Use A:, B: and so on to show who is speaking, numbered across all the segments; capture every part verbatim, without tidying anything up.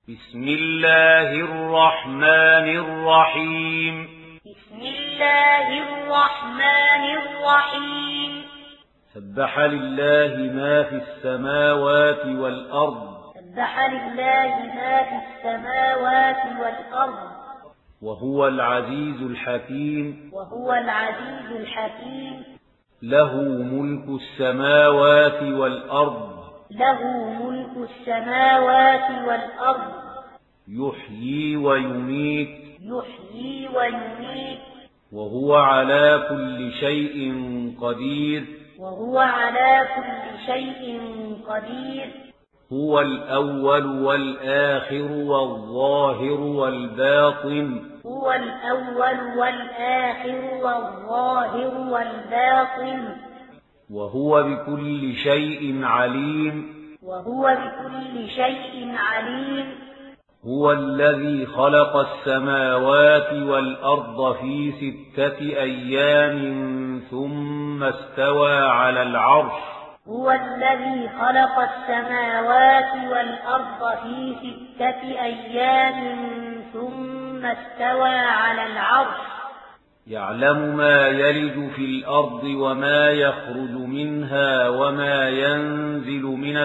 A: بسم الله الرحمن الرحيم
B: بسم الله الرحمن الرحيم
A: سبح لله ما في السماوات والأرض
B: سبح لله ما في السماوات والأرض
A: وهو العزيز الحكيم
B: وهو العزيز الحكيم
A: له ملك السماوات والأرض
B: له ملك السماوات والأرض
A: يحيي ويميت
B: يحيي ويميت
A: وهو على كل شيء قدير
B: وهو على كل شيء قدير
A: هو الأول والآخر والظاهر والباطن
B: هو الأول والآخر والظاهر والباطن
A: وهو بكل شيء عليم
B: وهو بكل شيء عليم
A: هو الذي خلق السماوات والأرض في ستة أيام ثم استوى على العرش
B: هو الذي خلق السماوات والأرض في ستة أيام ثم استوى على العرش
A: يعلم ما يلج في الأرض وما يخرج منها وما ينزل من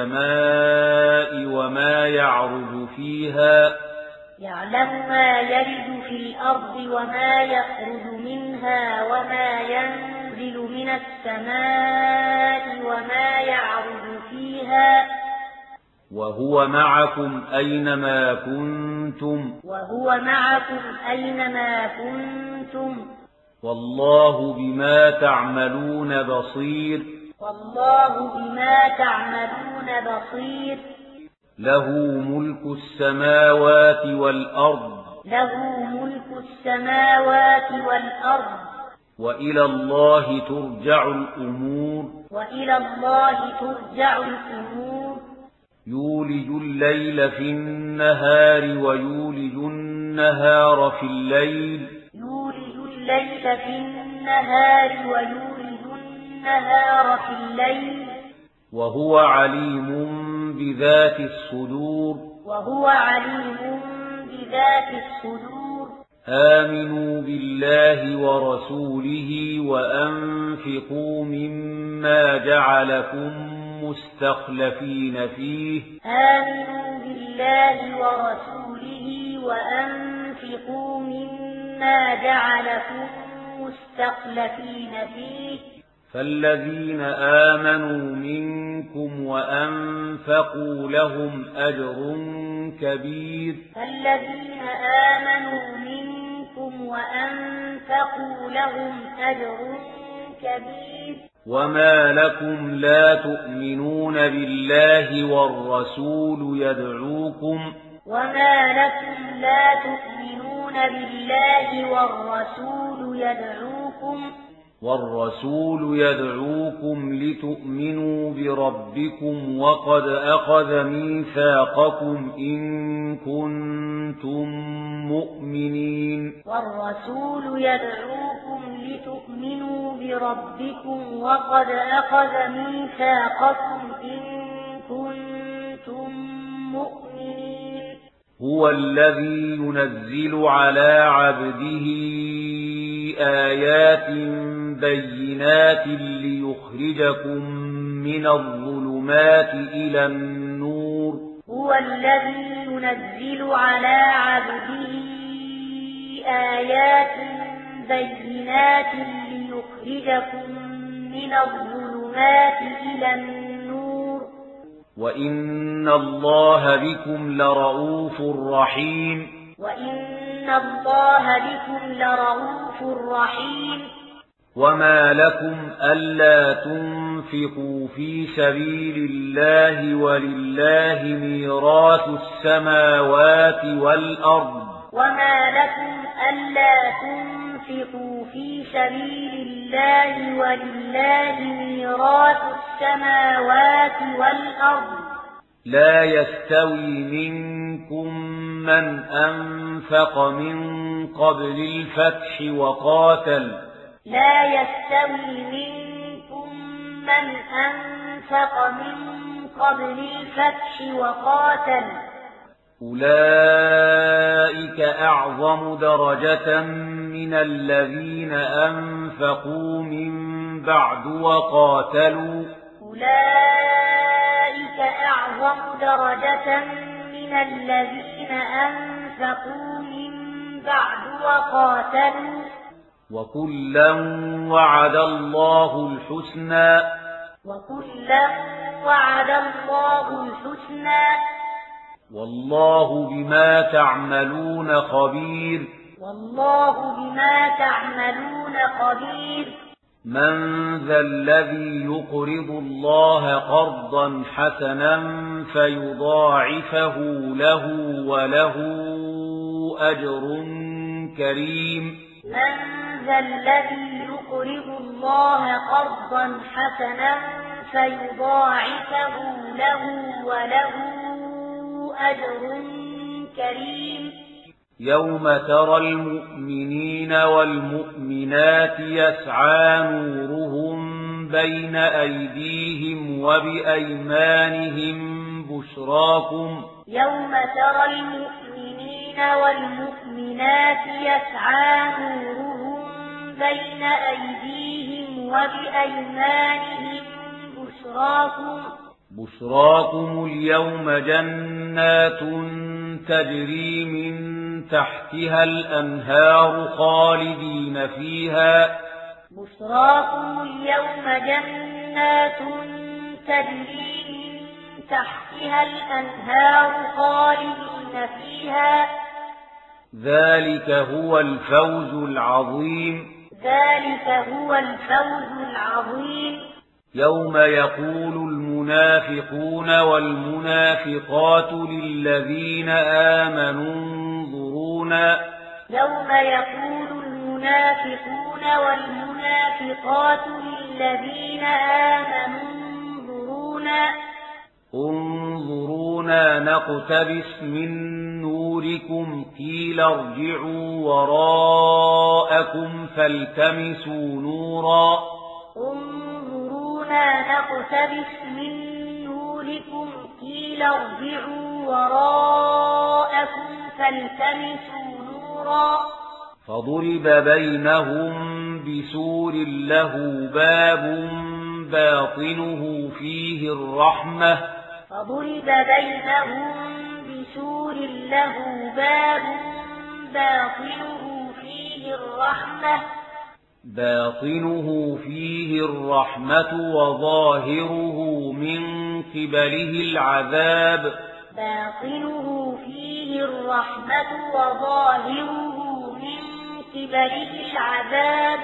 A: السماء وما يعرج فيها
B: يعلم ما يلج في الأرض وما يخرج منها وما ينزل من السماء وما يعرج فيها
A: وهو معكم أينما كنتم
B: وهو معكم أينما كنتم
A: والله بما تعملون بصير
B: والله بما تعملون بصير
A: له ملك السماوات والأرض
B: له ملك السماوات والأرض
A: وإلى الله ترجع الأمور
B: وإلى الله ترجع الأمور
A: يولج الليل في النهار ويولج النهار في الليل
B: يولج الليل في النهار ويولج النهار في الليل
A: وهو عليم بذات الصدور
B: وهو عليم بذات الصدور
A: آمنوا بالله ورسوله وأنفقوا مما جعلكم مستخلفين فيه
B: آمنوا بالله ورسوله وأنفقوا مما جعلكم مستخلفين فيه
A: فالذين آمنوا منكم وأنفقوا لهم أجر كبير
B: فالذين آمنوا منكم وأنفقوا لهم أجر كبير
A: وما لكم لا تؤمنون بالله والرسول يدعوكم
B: وما لكم لا تؤمنون بالله والرسول يدعوكم
A: والرسول يدعوكم لتؤمنوا بربكم وقد أخذ ميثاقكم إن كنتم مؤمنين
B: والرسول يدعوكم لتؤمنوا بربكم وقد أخذ ميثاقكم إن كنتم مؤمنين
A: هو الذي ينزل على عبده آيات بينات ليخرجكم من الظلمات إلى النور
B: هو الذي ينزل على عبده آيات بينات ليخرجكم من الظلمات إلى النور
A: وإن الله بكم لرؤوف رحيم
B: وإن الله بكم لرؤوف رحيم
A: وما لكم ألا تنفقوا في سبيل الله ولله ميراث السماوات والأرض
B: وما لكم ألا تنفقوا في سبيل الله ولله ميراث السماوات والأرض
A: لا يستوي منكم من أنفق من قبل الفتح وقاتل
B: لا يستوي منكم من أنفق من قبل الفتح وقاتل
A: أولئك أعظم درجة من الذين أنفقوا من بعد وقاتلوا
B: أولئك أعظم درجة من الذين أنفقوا من بعد وقاتلوا
A: وكلا وعد الله الحسنى
B: وكلا وعد الله الحسنى
A: والله بما تعملون خبير
B: والله بما تعملون خبير
A: من ذا الذي يقرض الله قرضا حسنا فيضاعفه له وله أجر كريم
B: من ذا الذي يقرض الله قرضا حسنا فيضاعفه له وله أجر كريم
A: يوم ترى المؤمنين والمؤمنات يسعى نورهم بين أيديهم وبأيمانهم بشراكم
B: يوم ترى المؤمنين والمؤمنات يسعى نورهم بين أيديهم وبأيمانهم بشراكم
A: بشراكم اليوم جنات تجري من تحتها الأنهار خالدين فيها
B: بشراكم اليوم جنات تجري من تحتها الأنهار خالدين فيها
A: ذلك هو الفوز العظيم
B: ذلك هو الفوز العظيم
A: يوم يقول المنافقون والمنافقات للذين آمنوا انظرونا
B: يوم يقول المنافقون والمنافقات للذين آمنوا انظرونا
A: انظرونا نقتبس من نوركم قيل ارجعوا وراءكم فالتمسوا نورا
B: نقتبس من نوركم قيل ارجعوا وراءكم فالتمسوا نورا
A: فضرب بينهم بسور له باب باطنه فيه الرحمة
B: فضرب بينهم بسور له باب باطنه فيه الرحمة
A: باطنه فيه الرحمة وظاهره من قبله العذاب
B: باطنه فيه الرحمة وظاهره من قبله العذاب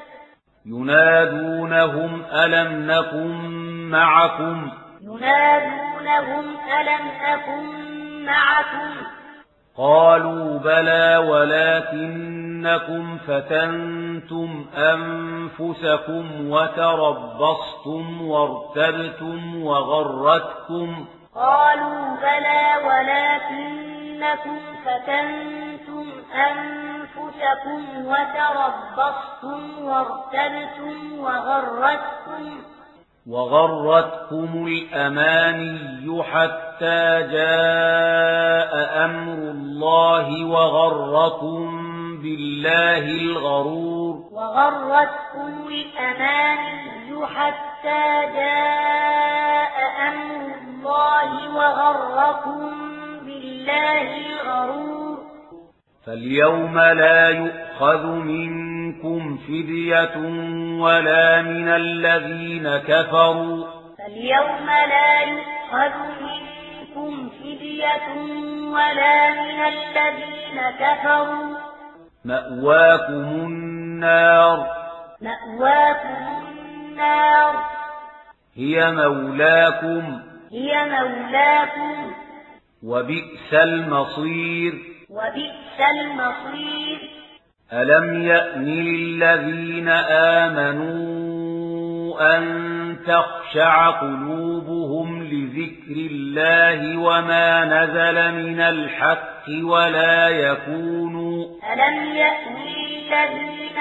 A: ينادونهم ألم نكن معكم
B: ينادونهم ألم نكن معكم
A: قالوا بلى ولكنكم فتنتم أنفسكم وتربصتم وارتبتم وغرتكم
B: قالوا بلى ولكنكم فتنتم أنفسكم وتربصتم وارتبتم وغرتكم
A: وغرتكم الأماني حتى جاء أمر الله وغركم بالله الغرور
B: وغرتكم الأماني حتى جاء أمر الله وغركم بالله الغرور
A: فاليوم لا يؤخذ منكم فدية ولا من الذين كفروا
B: فاليوم لا يؤخذ منكم فدية ولا من الذين كفروا
A: مأواكم النار
B: مأواكم النار
A: هي مولاكم
B: هي مولاكم
A: وبئس المصير
B: وبئس المصير
A: ألم يأن للذين آمنوا أن تخشع قلوبهم لذكر الله وما نزل من الحق ولا يكونوا
B: ألم يأن للذين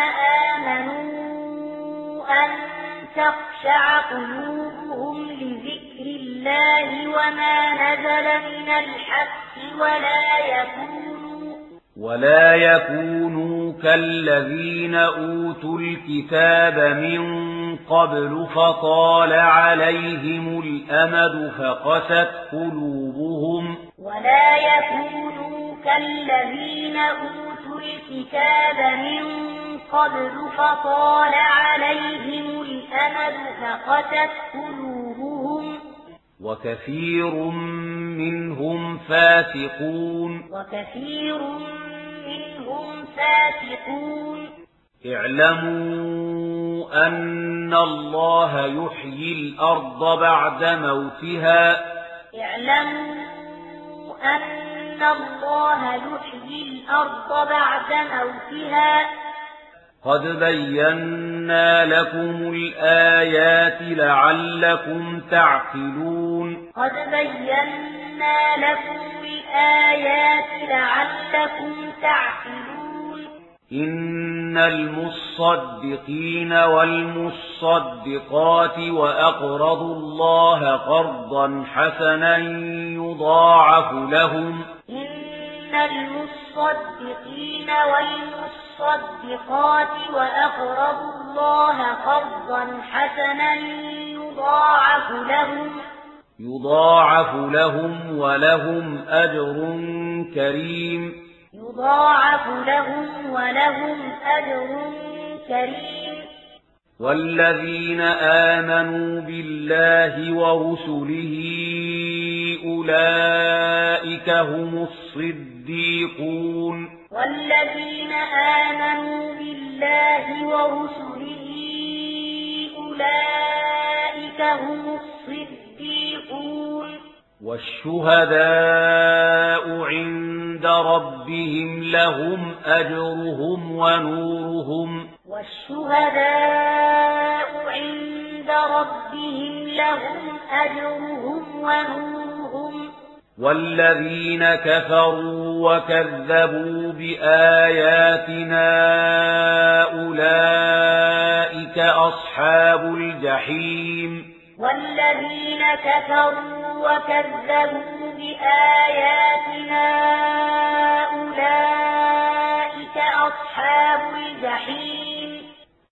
B: آمنوا أن تخشع قلوبهم لذكر الله الله وما نزل من الحق ولا يكونوا
A: ولا يكونوا كالذين أوتوا الكتاب من قبل فطال عليهم الأمد فقست قلوبهم
B: ولا يكونوا كالذين أوتوا الكتاب من قبل فطال عليهم الأمد فقست قلوبهم
A: وكثير منهم فاسقون
B: وكثير منهم فاسقون
A: اعلموا أن الله يحيي الأرض بعد موتها
B: اعلموا أن الله يحيي الأرض بعد موتها
A: قد بينا لكم الآيات لعلكم تعقلون
B: قد بينا لكم الآيات لعلكم تعقلون
A: إن المصدقين والمصدقات وأقرضوا الله قرضا حسنا يضاعف لهم
B: إن المصدقين والمصدقات وأقرضوا الله قرضا حسنا يضاعف لهم
A: يضاعف لهم ولهم أجر كريم
B: يضاعف لهم ولهم أجر كريم
A: والذين آمنوا بالله ورسله أولئك هم الصديقون
B: والذين آمنوا بالله ورسله أولئك هم الصديقون
A: والشهداء عند ربهم لهم أجرهم ونورهم
B: والشهداء عند ربهم لهم أجرهم ونورهم
A: والذين كفروا وكذبوا بآياتنا أولئك أصحاب الجحيم
B: والذين كفروا وكذبوا بآياتنا أولئك أصحاب الجحيم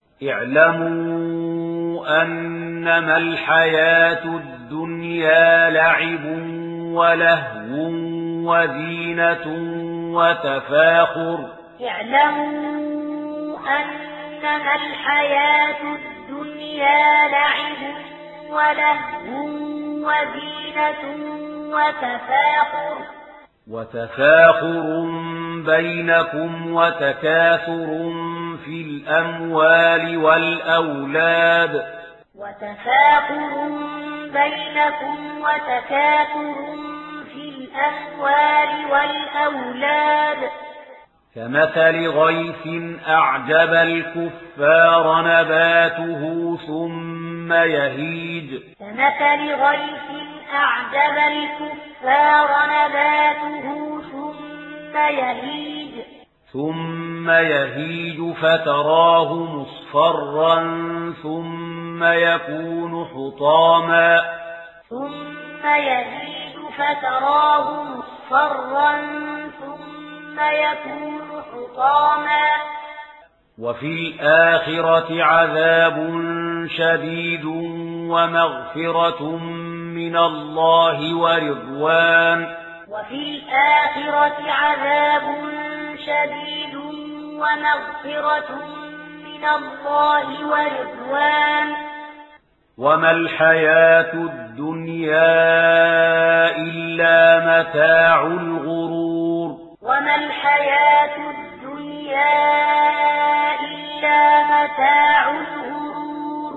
A: اعلموا أنما الحياة الدنيا لعب ولهو وزينة وتفاخر
B: اعلموا أنما الحياة الدنيا لعب ولهو وزينة وتفاخر
A: وتفاخر بينكم وتكاثر في الأموال والأولاد
B: وتفاخر بينكم وتكاثر في الأموال والأولاد
A: كمثل غيث أعجب الكفار نباته ثم يهيج
B: كمثل غيث أعجب الكفار نباته ثم يهيج
A: ثم يهيج فتراه مصفرا ثم يكون حطاما
B: ثم يهيج فتراه مصفرا ثم يكون حطاما
A: وفي الآخرة عذاب شديد ومغفرة من الله ورضوان
B: وفي الآخرة عذاب شديد ومغفرة من الله ورضوان
A: وما الحياة الدنيا إلا متاع الغرور
B: وما الحياة الدنيا إلا متاع الغرور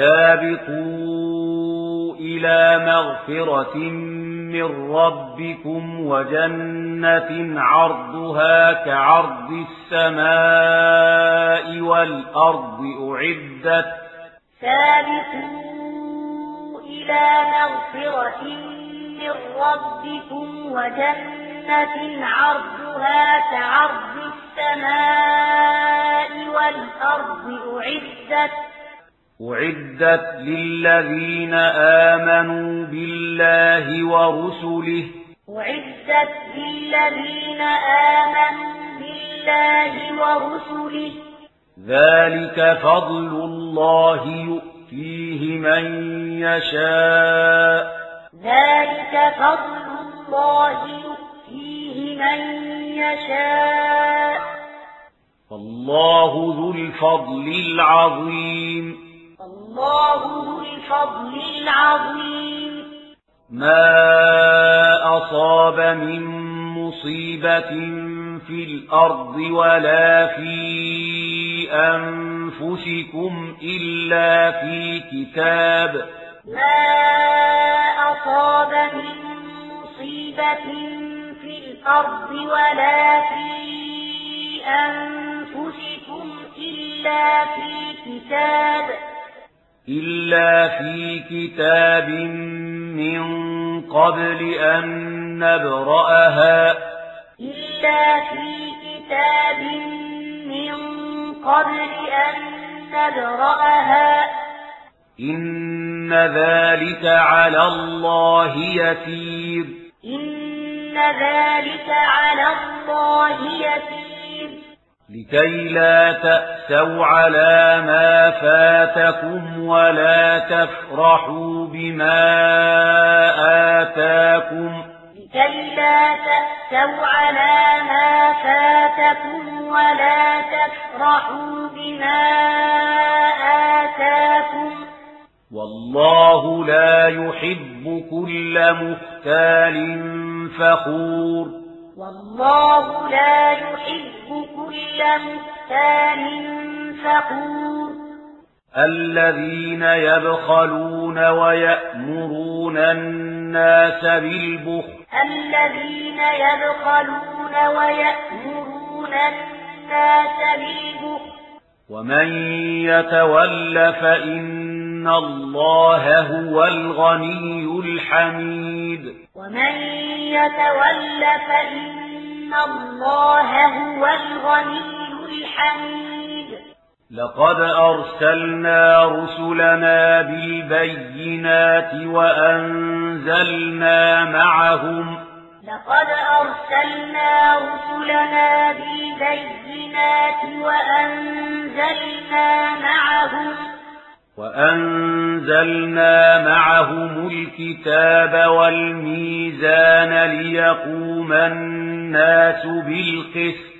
A: سابقوا إلى مغفرة من ربكم وجنة عرضها كعرض السماء والأرض أعدت
B: سابقوا إلى مغفرة من ربكم وجنة عرضها كعرض السماء والأرض أعدت
A: أعدت للذين آمنوا بالله ورسله
B: أعدت للذين آمنوا بالله ورسله
A: ذلك فضل الله يؤتيه من يشاء
B: ذلك فضل الله يؤتيه من يشاء
A: والله ذو الفضل العظيم
B: الله ذو الفضل العظيم
A: ما أصاب من مصيبة في الأرض ولا في أنفسكم إلا في كتاب
B: ما أصاب من مصيبة في الأرض ولا في أنفسكم إلا في كتاب
A: إلا في كتاب من قبل أن نبرأها
B: إلا في كتاب من قبل أن نبرأها
A: إن ذلك على الله يسير
B: إن ذلك على الله يسير
A: لكي لا تأسوا على ما فاتكم ولا تفرحوا بما آتاكم
B: لكي لا تأسوا على ما فاتكم ولا تفرحوا بما آتاكم
A: والله لا يحب كل مختال فخور
B: والله لا يحب كل مختال فخور
A: الذين يبخلون ويأمرون الناس بالبخل
B: الذين يبخلون ويأمرون الناس بالبخل
A: ومن يتول فإن الله هو الغني الحميد
B: ومن يتول فإن الله هو الغني الحميد
A: لقد أرسلنا رسلنا بالبينات وأنزلنا معهم
B: لقد أرسلنا رسلنا بالبينات وأنزلنا معهم
A: وأنزلنا معهم الكتاب والميزان ليقوم الناس بالقسط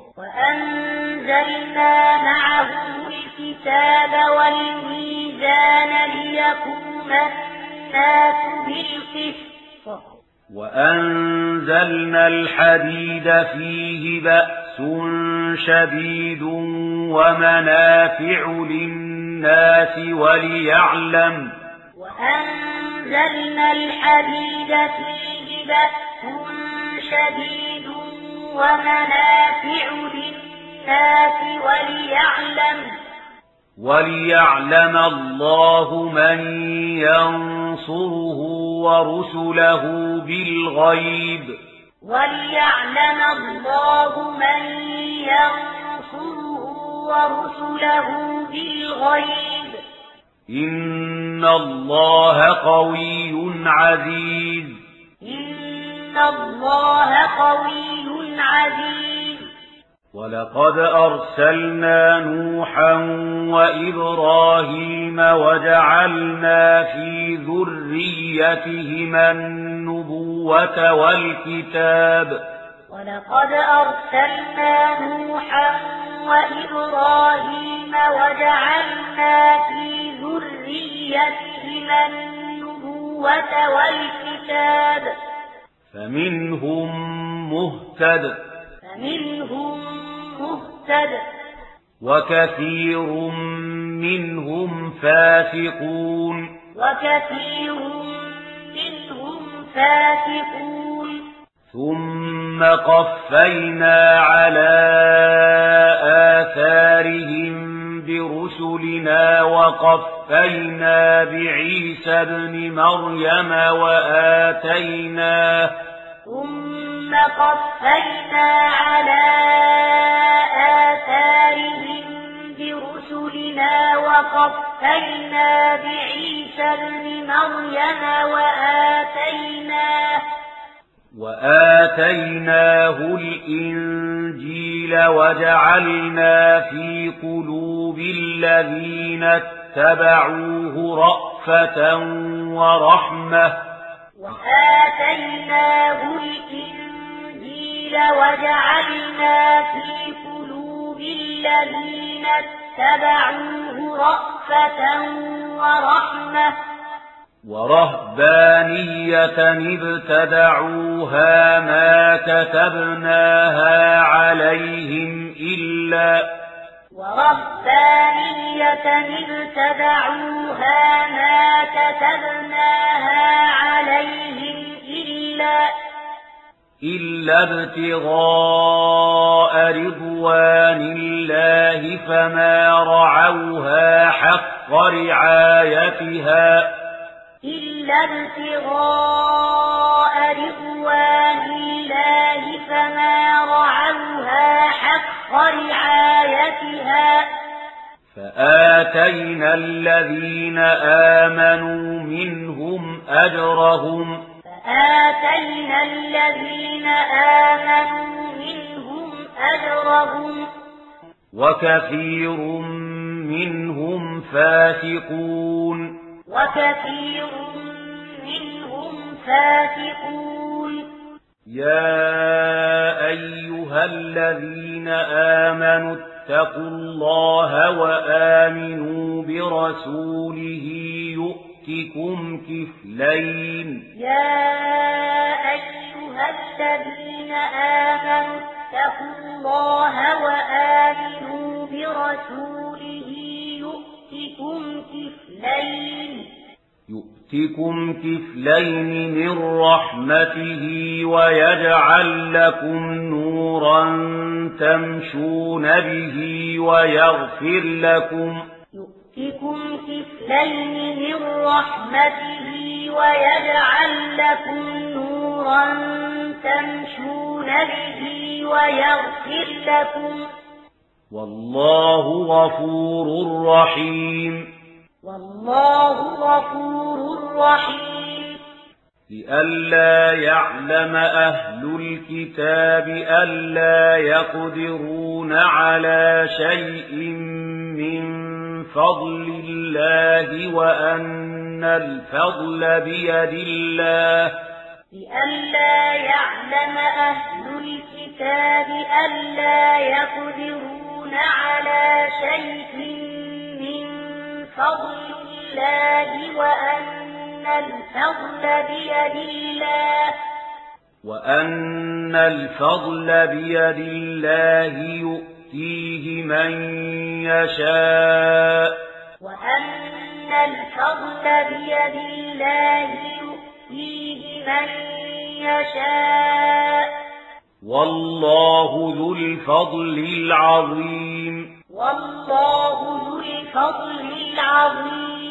B: وأنزلنا معهم الكتاب والميزان ليقوم الناس بالقسط
A: وأنزلنا الحديد فيه بأس شديد ومنافع للناس وليعلم
B: وأنزلنا الحديد فيه بأس شديد ومنافع للناس وليعلم
A: وليعلم الله من ينصره ورسله بالغيب
B: وليعلم الله من ينصره ورسله بالغيب
A: إن الله قوي عزيز
B: إن الله قوي عزيز
A: ولقد أرسلنا نوحا وإبراهيم وجعلنا في ذريتهما النبوة والكتاب
B: ولقد أرسلنا نوحا وإبراهيم وجعلنا في ذريتهما النبوة والكتاب
A: فمنهم مهتد
B: فمنهم مهتد
A: وكثير منهم فاسقون
B: وكثير منهم فاسقون
A: ثم قفينا على آثارهم برسلنا وقفينا بعيسى ابن مريم وآتيناه
B: ثم قفينا على آثارهم برسلنا وقفينا بعيسى ابن مريم وآتيناه
A: وآتيناه الإنجيل وجعلنا في قلوب الذين اتبعوه رأفة ورحمة
B: وآتيناه الإنجيل وجعلنا في قلوب الذين اتبعوه رأفة ورحمة
A: ورهبانية ابتدعوها ما كتبناها عليهم إلا
B: ورهبانية ابتدعوها ما كتبناها عليهم إلا
A: إلا ابتغاء رضوان الله فما رعوها حق رعايتها
B: إلا ابتغاء رضوان الله فما رعوها حق رعايتها
A: فآتينا الذين آمنوا منهم أجرهم
B: فآتينا الذين آمنوا منهم أجرهم
A: وكثير منهم فاسقون
B: وكثير منهم فاسقون
A: يا أيها الذين آمنوا اتقوا الله وآمنوا برسوله يؤتكم كفلين
B: يا أيها الذين آمنوا اتقوا الله وآمنوا برسوله يؤتكم كفلين
A: يؤتكم كفلين من رحمته ويجعل لكم نورا تمشون به ويغفر لكم
B: يؤتكم كفلين من رحمته ويجعل لكم نورا تمشون به ويغفر لكم
A: والله غفور رحيم
B: والله غفور رحيم
A: لئلا يعلم أهل الكتاب ألا يقدرون على شيء من فضل الله وأن الفضل بيد الله
B: لئلا يعلم أهل الكتاب ألا يقدرون على شيء من فضل الله وأن الفضل بيد الله
A: وأن الفضل بيد الله يؤتيه من يشاء
B: وأن الفضل بيد الله يؤتيه من يشاء
A: والله ذو الفضل العظيم
B: والله ذو الفضل العظيم